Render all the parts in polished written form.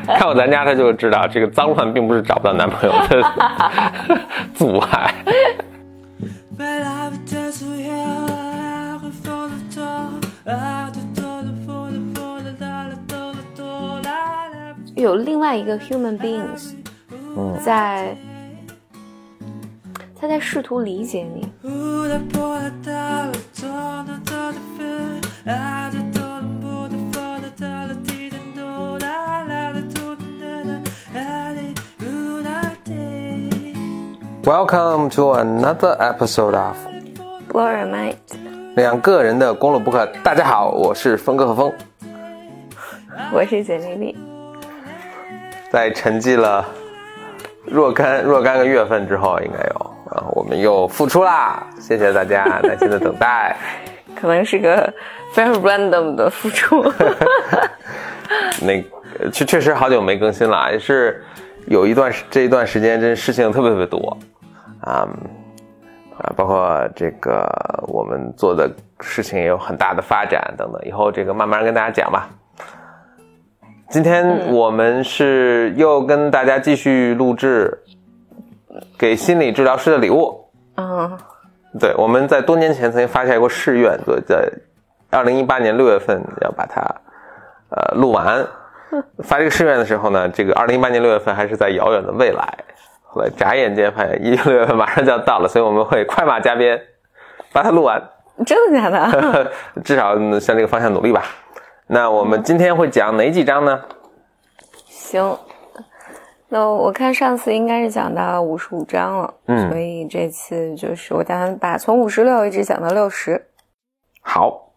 看过咱家他就知道，这个脏乱并不是找不到男朋友的阻碍。 有另外一个 human beings，他在试图理解你。 Welcome to another episode of Blow Your Mind， 两个人的公路播客。大家好，我是峰哥和峰， 我是简丽丽。 在沉寂了若干个月份之后，应该有我们又复出啦！谢谢大家耐心的等待。 可能是个非常 random 的复出。 确实好久没更新了，也是有这一段时间真事情特别多包括这个我们做的事情也有很大的发展等等，以后这个慢慢跟大家讲吧。今天我们是又跟大家继续录制给心理治疗师的礼物。对，我们在多年前曾经发下过誓愿，在2018年6月份要把它录完。发这个誓愿的时候呢，这个2018年6月份还是在遥远的未来，后来眨眼间发现6月份马上就要到了，所以我们会快马加鞭把它录完。 真的假的？ 至少向这个方向努力吧。那我们今天会讲哪几章呢？ 行，那我看上次应该是讲到55章了，所以这次就是我打算把从56一直讲到60。 好。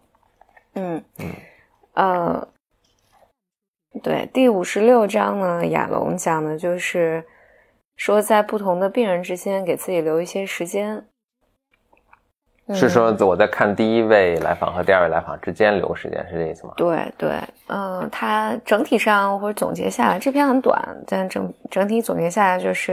对，第56章呢，亚龙讲的就是说在不同的病人之间给自己留一些时间。是说我在看第一位来访和第二位来访之间留个时间，是这意思吗？ 对，它整体上或者总结下来，这篇很短，但整体总结下来就是，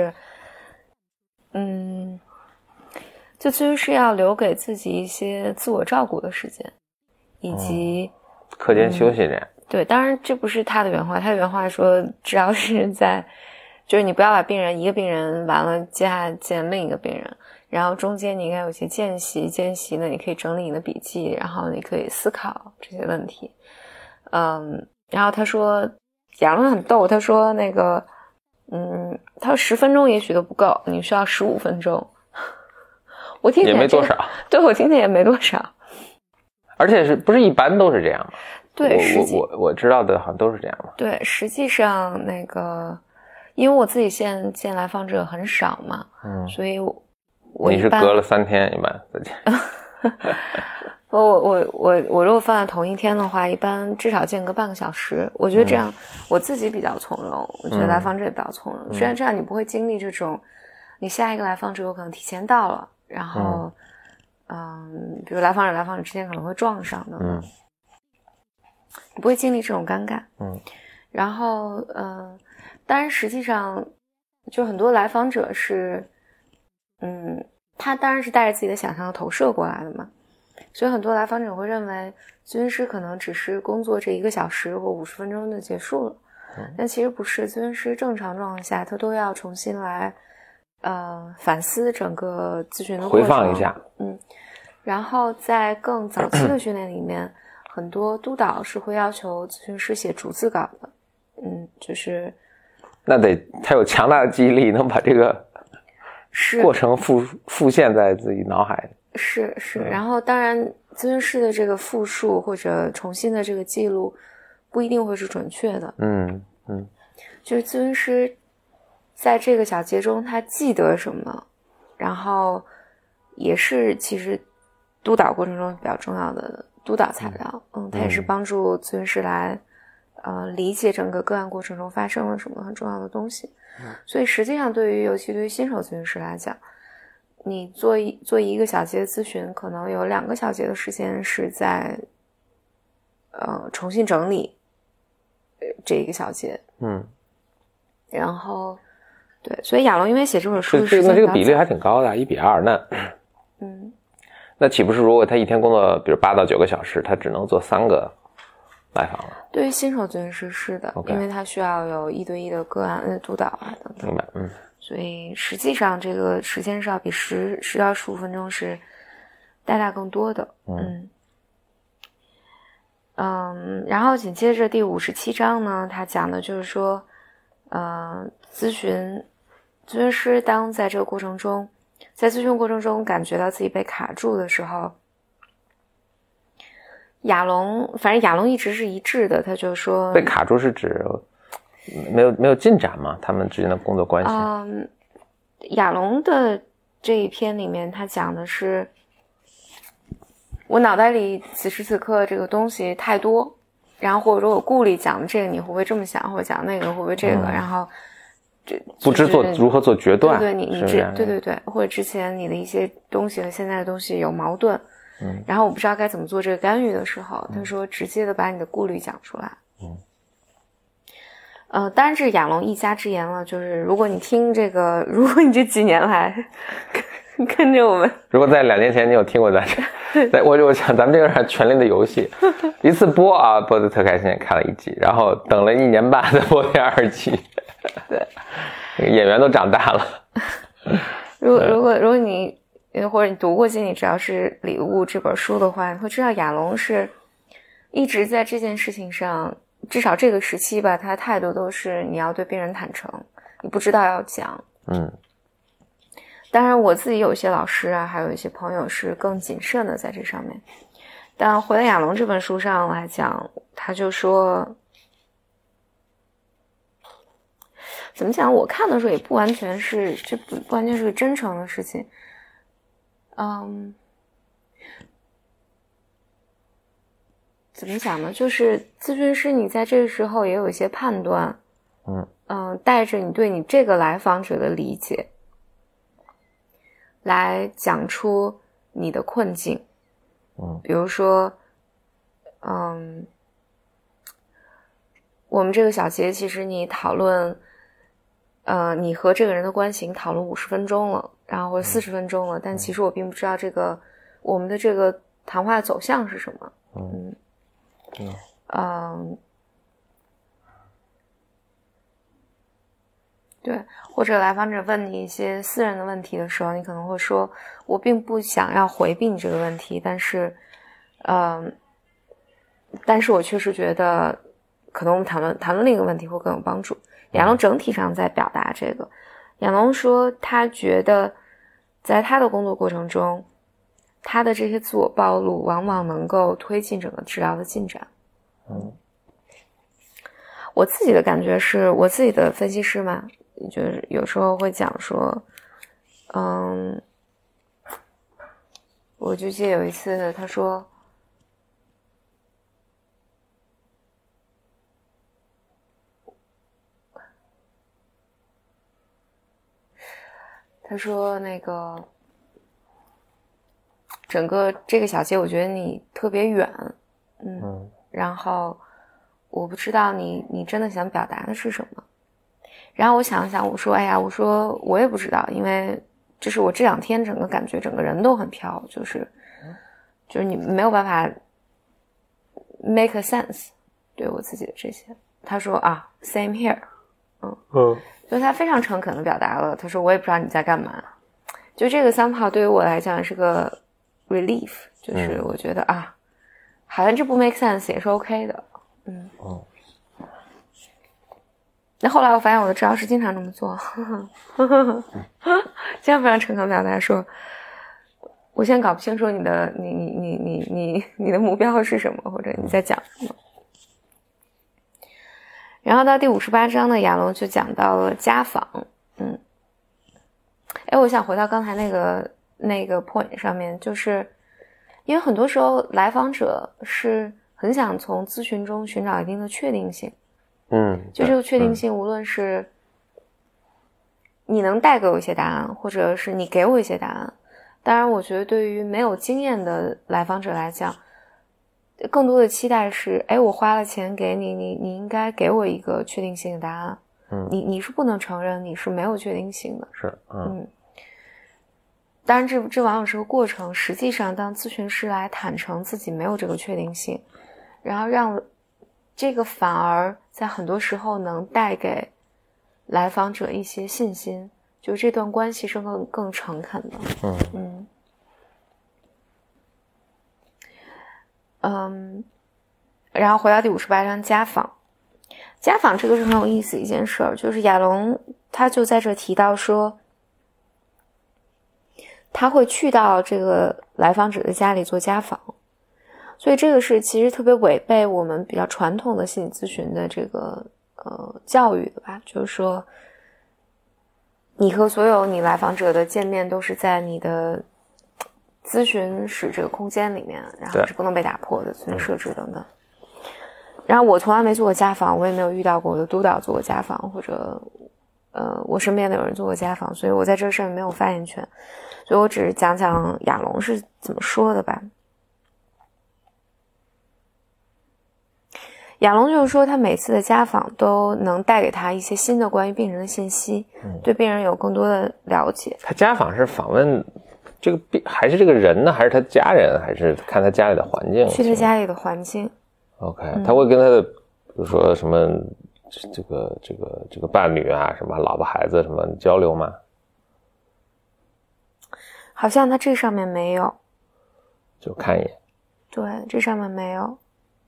就咨询师要留给自己一些自我照顾的时间，以及课间休息这样。 对，当然这不是他的原话，他的原话说，只要是就是你不要把一个病人完了，接下来见另一个病人。然后中间你应该有些间隙呢，你可以整理你的笔记，然后你可以思考这些问题。然后他说亚龙很逗，他说他说10分钟也许都不够，你需要15分钟。我听起来也没多少。 对，我听起来也没多少。 而且不是一般都是这样吗？ 对， 我知道的好像都是这样嘛。 对，实际上因为我自己现见来访者很少嘛，所以你是隔了3天一般再见。 我如果放在同一天的话，一般至少见个半个小时。我觉得这样我自己比较从容，我觉得来访者也比较从容。虽然这样你不会经历这种，你下一个来访者有可能提前到了，然后比如来访者之间可能会撞上的，你不会经历这种尴尬。然后当然实际上就很多来访者是他当然是带着自己的想象投射过来的嘛，所以很多来访者会认为咨询师可能只是工作这1个小时或50分钟就结束了，但其实不是，咨询师正常状况下他都要重新来反思整个咨询的过程， 回放一下。 然后在更早期的训练里面，很多督导是会要求咨询师写逐字稿的，就是那他有强大的记忆力，能把这个过程复现在自己脑海里。 是，然后当然咨询师的这个复述或者重新的这个记录不一定会是准确的。就是咨询师在这个小节中他记得什么，然后也是其实督导过程中比较重要的督导材料。它也是帮助咨询师来理解整个个案过程中发生了什么很重要的东西。所以实际上尤其对于新手咨询师来讲，你做一个小节的咨询，可能有2个小节的时间是在重新整理这一个小节。然后对，所以亚龙因为写这本书的时间， 这个比例还挺高的，1比2。那岂不是如果他一天工作比如8到9个小时，他只能做3个来访了？ 对于新手咨询师是的， 因为他需要有1对1的个案督导啊等等。 明白， 所以实际上这个时间是要比10到15分钟是大更多的。然后紧接着第57章呢，他讲的就是说，咨询师当在这个过程中，在咨询过程中感觉到自己被卡住的时候，反正亚龙一直是一致的，他就说被卡住是指没有进展吗？他们之间的工作关系？ 亚龙的这一篇里面，他讲的是我脑袋里此时此刻这个东西太多，然后或者说我顾虑讲的这个你会不会这么想，或者讲那个会不会这个，然后不知如何做决断。 对，对，或者之前你的一些东西和现在的东西有矛盾，然后我不知道该怎么做这个干预的时候，他说直接的把你的顾虑讲出来。当然这是亚龙一家之言了，就是如果你听这个，如果你这几年来跟着我们， 如果在2年前你有听过咱这，我想咱们这个是权力的游戏，一次播的特开心，看了1集，然后等了1年半再播第2集。 对， 演员都长大了。 如果你或者你读过《心理治疗师礼物》这本书的话，你会知道亚龙是一直在这件事情上，至少这个时期吧，他的态度都是你要对病人坦诚，你不知道要讲。当然我自己有一些老师啊，还有一些朋友是更谨慎的在这上面。但回到亚龙这本书上来讲，他就说，怎么讲，我看的时候也不完全是，这不完全是个真诚的事情。怎么讲呢，就是咨询师你在这个时候也有一些判断，带着你对你这个来访者的理解来讲出你的困境。比如说我们这个小节其实你讨论你和这个人的关系你讨论50分钟了，然后或者40分钟了，但其实我并不知道我们的这个谈话的走向是什么。对，或者来访者问你一些私人的问题的时候，你可能会说我并不想要回避你这个问题，但是我确实觉得可能我们谈论另一个问题会更有帮助。亚龙整体上在表达这个，亚龙说他觉得在他的工作过程中，他的这些自我暴露往往能够推进整个治疗的进展。我自己的感觉是，我自己的分析师嘛，就是有时候会讲说，我就记得有一次他说，那个整个这个小节我觉得你特别远，然后我不知道你真的想表达的是什么。然后我想了想，我说我也不知道，因为就是我这2天整个感觉整个人都很飘，就是你没有办法 make a sense 对我自己的这些。他说same here。所以他非常诚恳的表达了，他说我也不知道你在干嘛。就这个somehow对于我来讲是个 relief， 就是我觉得好像这不 make sense 也是 OK 的。那后来我发现我的治疗师经常这么做，经常非常诚恳表达说，我现在搞不清楚你的目标是什么，或者你在讲什么。然后到第58章呢，亚龙就讲到了家访。我想回到刚才那个 point 上面，就是因为很多时候来访者是很想从咨询中寻找一定的确定性。就这个确定性，无论是你能带给我一些答案，或者是你给我一些答案。当然我觉得对于没有经验的来访者来讲，更多的期待是我花了钱给你，你应该给我一个确定性的答案。你是不能承认你是没有确定性的。 是。 当然这往往是个过程。实际上当咨询师来坦诚自己没有这个确定性，然后让这个反而在很多时候能带给来访者一些信心，就是这段关系是更诚恳的。然后回到第58章家访。家访这个是很有意思的一件事儿，就是亚龙他就在这提到说，他会去到这个来访者的家里做家访，所以这个是其实特别违背我们比较传统的心理咨询的这个教育的吧，就是说你和所有你来访者的见面都是在你的咨询室这个空间里面，然后是不能被打破的，咨询设置等等。然后我从来没做过家访，我也没有遇到过我的督导做过家访，或者我身边的有人做过家访，所以我在这事上没有发言权，所以我只是讲讲亚龙是怎么说的吧。亚龙就是说他每次的家访都能带给他一些新的关于病人的信息，对病人有更多的了解。 他家访是访问这个病还是这个人呢，还是他家人，还是看他家里的环境？ 去他家里的环境。 OK， 他会跟他的比如说什么这个伴侣啊，什么老婆孩子什么交流吗？ 好像他这上面没有， 就看一眼。 对，这上面没有。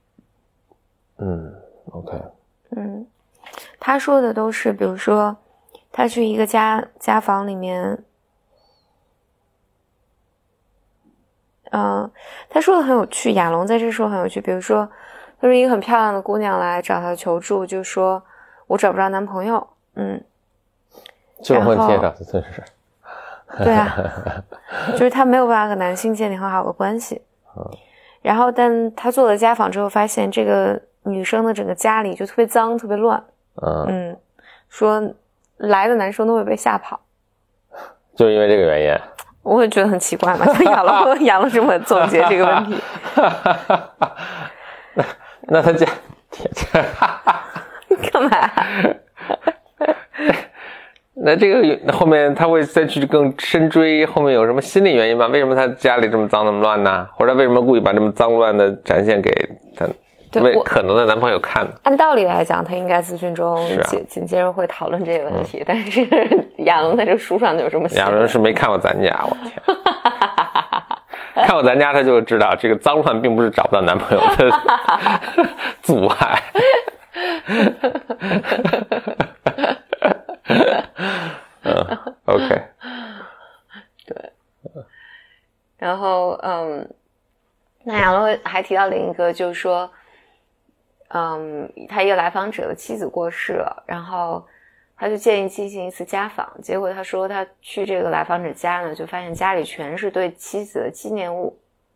OK。 他说的都是比如说他去一个家访里面，他说的很有趣，亚龙在这说很有趣，比如说他说一个很漂亮的姑娘来找他求助，就说我找不着男朋友。 这种问题也找的真是。 对啊，就是他没有办法和男性建立很好的关系。然后但他做了家访之后发现这个女生的整个家里就特别脏特别乱。说来的男生都会被吓跑， 就是因为这个原因。 我也觉得很奇怪嘛，亚龙这么总结这个问题。 那他家干嘛？ 那这个后面他会再去更深追，后面有什么心理原因吗？为什么他家里这么脏那么乱呢？或者为什么故意把这么脏乱的展现给他可能的男朋友看呢？ 按道理来讲，他应该咨询中紧接着会讨论这个问题，但是亚龙在这书上就这么写。 亚龙是没看过咱家，我天！看过咱家他就知道，这个脏乱并不是找不到男朋友的阻碍。OK。 对。然后那亚龙还提到另一个，就是说他一个来访者的妻子过世了，然后他就建议进行一次家访，结果他说他去这个来访者家呢，就发现家里全是对妻子的纪念物。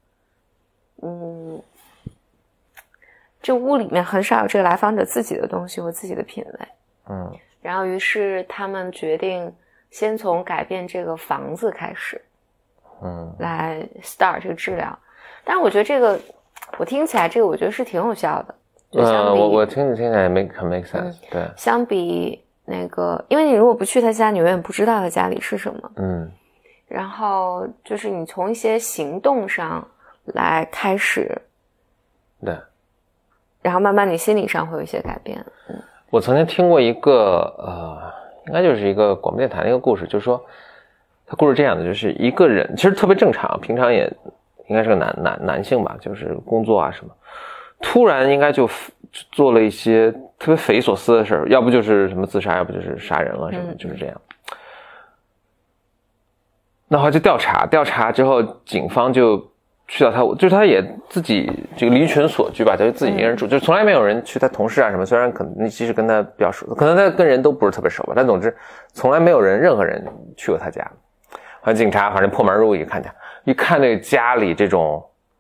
这屋里面很少有这个来访者自己的东西或自己的品味。然后于是他们决定先从改变这个房子开始，来 start 这个治疗。但是我觉得这个我听起来这个我觉得是挺有效的。 我听起来也很 make sense。对， 相比那个，因为你如果不去他家，你永远不知道他家里是什么。然后就是你从一些行动上来开始， 对， 然后慢慢你心理上会有一些改变。 我曾经听过一个应该就是一个广播电台的一个故事，就是说他故事这样的，就是一个人其实特别正常，平常也应该是个男性吧，就是工作啊什么，突然应该就做了一些特别匪夷所思的事儿，要不就是什么自杀，要不就是杀人了什么，就是这样。那后来就调查之后，警方就去到他，就是他也自己这个离群索居吧，就是自己一个人住，就从来没有人去，他同事啊什么，虽然可能即使跟他比较熟，可能他跟人都不是特别熟吧，但总之从来没有任何人去过他家。反正警察反正破门入一看这个家里这种，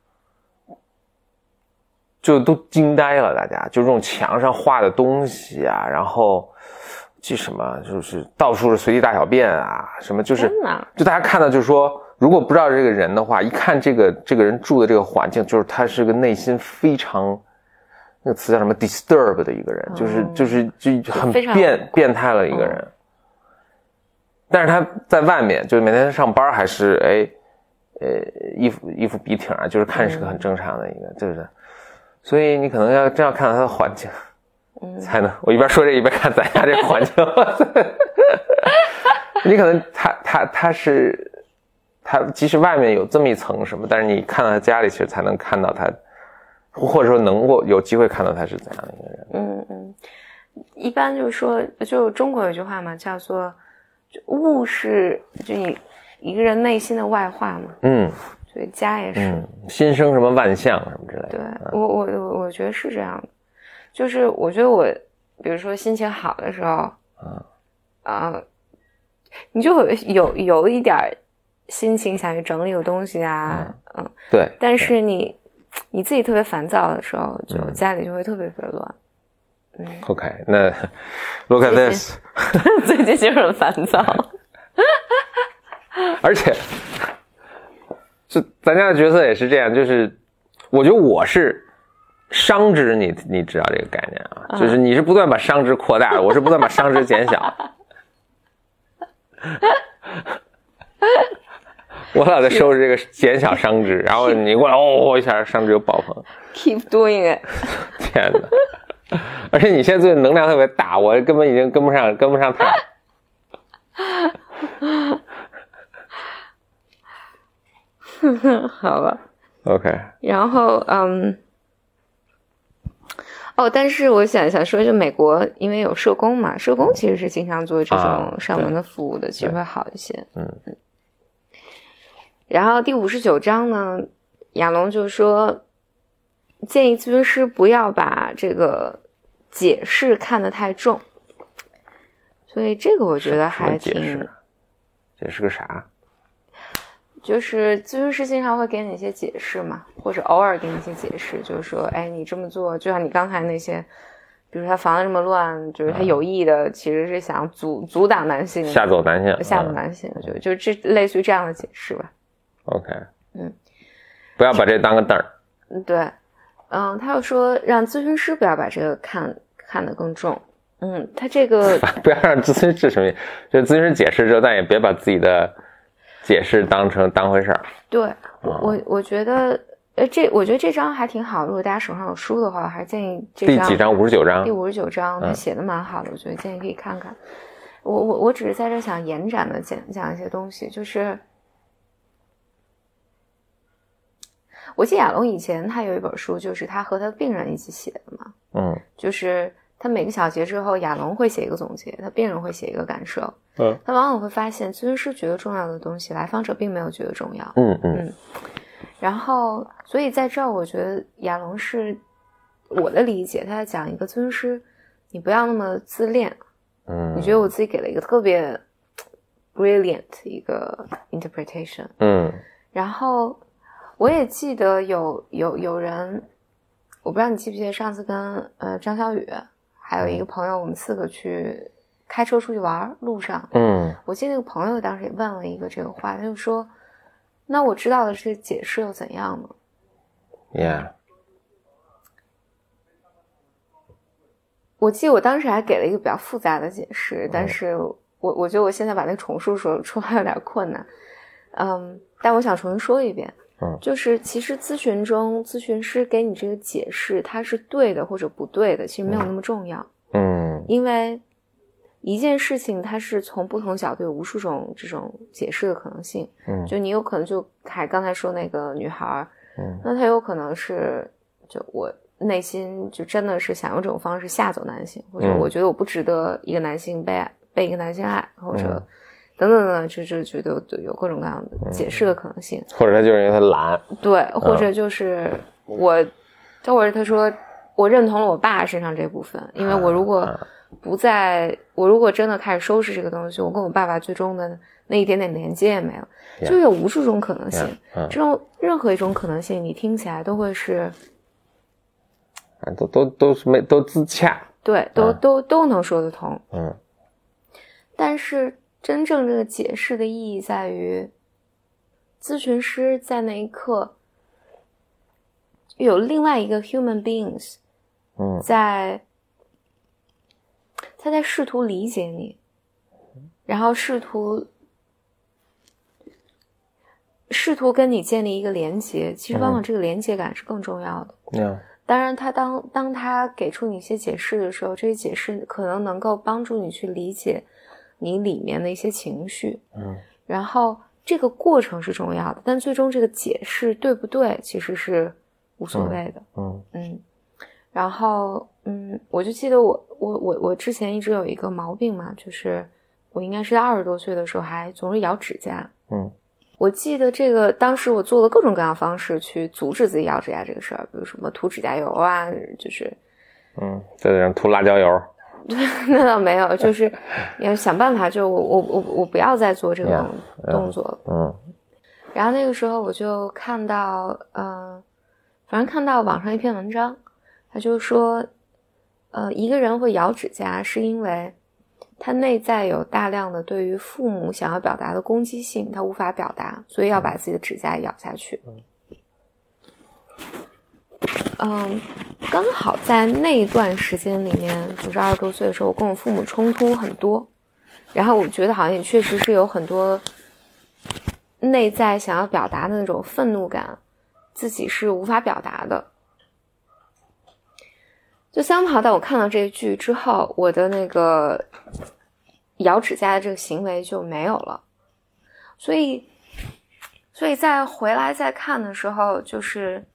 就都惊呆了，大家就这种墙上画的东西啊，然后这什么就是到处是随地大小便啊，什么就是就大家看到就是说，如果不知道这个人的话，一看这个人住的这个环境，就是他是个内心非常那个词叫什么 disturb 的一个人，就很变态了一个人。但是他在外面就是每天上班还是衣服笔挺啊，就是看是个很正常的一个，就是所以你可能要真要看到它的环境，才能。我一边说这一边看咱家这个环境，你可能它即使外面有这么一层什么，但是你看到他家里，其实才能看到他，或者说能够有机会看到他是怎样的一个人。 一般就是说，就中国有句话嘛，叫做物是就你一个人内心的外化嘛。所以家也是。心生什么万象什么之类的。对，我觉得是这样的，就是我觉得我比如说心情好的时候，你就有一点心情想去整理个东西啊， 对。 但是你自己特别烦躁的时候，就家里就会特别乱。 OK， 那 look at this， 最近就很烦躁， 而且就咱家的角色也是这样，就是我觉得我是商值，你知道这个概念啊，就是你是不断把商值扩大的，我是不断把商值减小。我老在收拾这个减小商值，然后你过来一下商值就爆棚。 Keep doing it。 天哪！而且你现在最近能量特别大，我根本已经跟不上他。 好吧。 OK。 然后但是我想说，就美国因为有社工嘛，社工其实是经常做这种上门的服务的，其实会好一些。然后第59章呢，亚龙就说建议咨询师不要把这个解释看得太重，所以这个我觉得还挺。 解释个啥？ 就是咨询师经常会给你一些解释嘛，或者偶尔给你一些解释，就是说，哎，你这么做，就像你刚才那些，比如他房子这么乱，就是他有意的，其实是想阻挡男性， 吓走男性， 就这类似于这样的解释吧。 OK， 不要把这当个凳儿。 对，他又说让咨询师不要把这个看得更重。他这个不要让咨询师什么，就咨询师解释之后，但也别把自己的解释当回事儿。 对，我觉得我觉得这章还挺好，如果大家手上有书的话，还是建议这章。 第几章？59章。 第59章，他写的蛮好的，我觉得建议可以看看。我只是在这想延展的讲一些东西，就是我记得亚龙以前他有一本书，就是他和他的病人一起写的嘛。就是他每个小节之后，亚龙会写一个总结，他病人会写一个感受。他往往会发现咨询师觉得重要的东西，来访者并没有觉得重要。然后所以在这儿我觉得亚龙是我的理解，他在讲一个咨询师你不要那么自恋。你觉得我自己给了一个特别 brilliant 一个 interpretation。然后我也记得有人，我不知道你记不记得上次跟张小雨还有一个朋友，我们4个去开车出去玩，路上我记得那个朋友当时也问了一个这个话，他就说那我知道的是解释又怎样呢？ Yeah， 我记得我当时还给了一个比较复杂的解释，但是我觉得我现在把那个重述说出来有点困难。但我想重新说一遍。就是其实咨询中咨询师给你这个解释它是对的或者不对的，其实没有那么重要。因为一件事情它是从不同角度有无数种这种解释的可能性。就你有可能就刚才说那个女孩，那她有可能是就我内心就真的是想用这种方式吓走男性，或者我觉得我不值得一个男性被一个男性爱，或者等等等，就觉得有各种各样的解释的可能性。 或者他就是因为他懒。 对，或者就是或者他说我认同了我爸身上这部分，因为我如果我如果真的开始收拾这个东西，我跟我爸爸最终的那一点点连接也没了。就有无数种可能性。这种任何一种可能性你听起来都会是都自洽。 对，都能说得通。但是真正这个解释的意义在于，咨询师在那一刻有另外一个 human beings，他在试图理解你，然后试图跟你建立一个连接。其实往往这个连接感是更重要的。 当然他当他给出你一些解释的时候，这些解释可能能够帮助你去理解你里面的一些情绪，然后这个过程是重要的，但最终这个解释对不对其实是无所谓的。然后我就记得我之前一直有一个毛病嘛，就是我应该是在20多岁的时候还总是咬指甲。我记得这个当时我做了各种各样的方式去阻止自己咬指甲这个事儿，比如什么涂指甲油啊，就是在这上涂辣椒油。 对，那倒没有，就是要想办法，就我不要再做这种动作了。然后那个时候我就看到反正看到网上一篇文章，他就说一个人会咬指甲是因为他内在有大量的对于父母想要表达的攻击性，他无法表达，所以要把自己的指甲咬下去。刚好在那一段时间里面，就是20多岁的时候，我跟我父母冲突很多，然后我觉得好像也确实是有很多内在想要表达的那种愤怒感，自己是无法表达的。就somehow在我看到这个剧之后，我的那个咬指甲的这个行为就没有了，所以再回来再看的时候，就是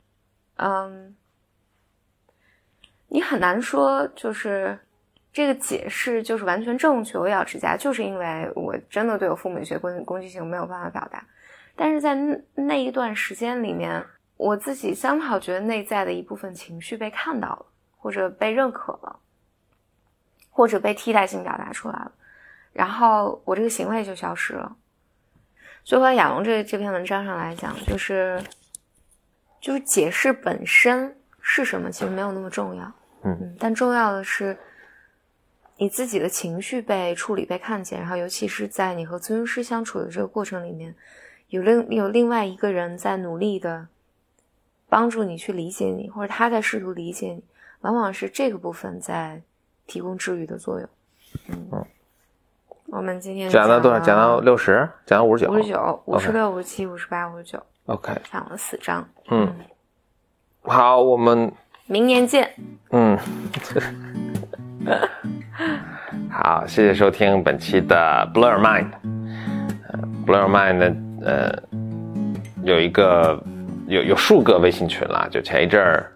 你很难说就是这个解释就是完全正确，我咬指甲就是因为我真的对我父母有些攻击性没有办法表达，但是在那一段时间里面，我自己somehow觉得内在的一部分情绪被看到了，或者被认可了，或者被替代性表达出来了，然后我这个行为就消失了。所以回到亚龙这篇文章上来讲，就是解释本身是什么其实没有那么重要，但重要的是你自己的情绪被处理被看见，然后尤其是在你和咨询师相处的这个过程里面，有另外一个人在努力的帮助你去理解你，或者他在试图理解你，往往是这个部分在提供治愈的作用。我们今天讲到多少？讲到60？讲到 59、56、57、58、59。OK， 讲了4章。 好，我们明年见。 好，谢谢收听本期的 Blow Your Mind。Blow Your Mind 呢，有一个有数个微信群啦，就前一阵儿，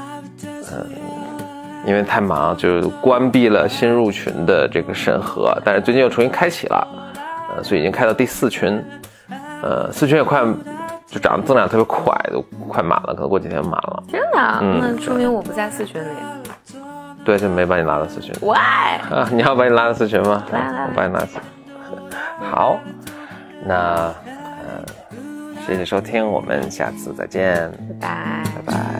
因为太忙就关闭了新入群的这个审核，但是最近又重新开启了，所以已经开到第4群，4群也快就增长特别快，都快满了，可能过几天满了。 真的？那说明我不在4群里。 对，就没把你拉到4群。 Why？ 你要把你拉到4群吗？ 来， 我把你拉4群。好，那谢谢收听，我们下次再见， 拜拜。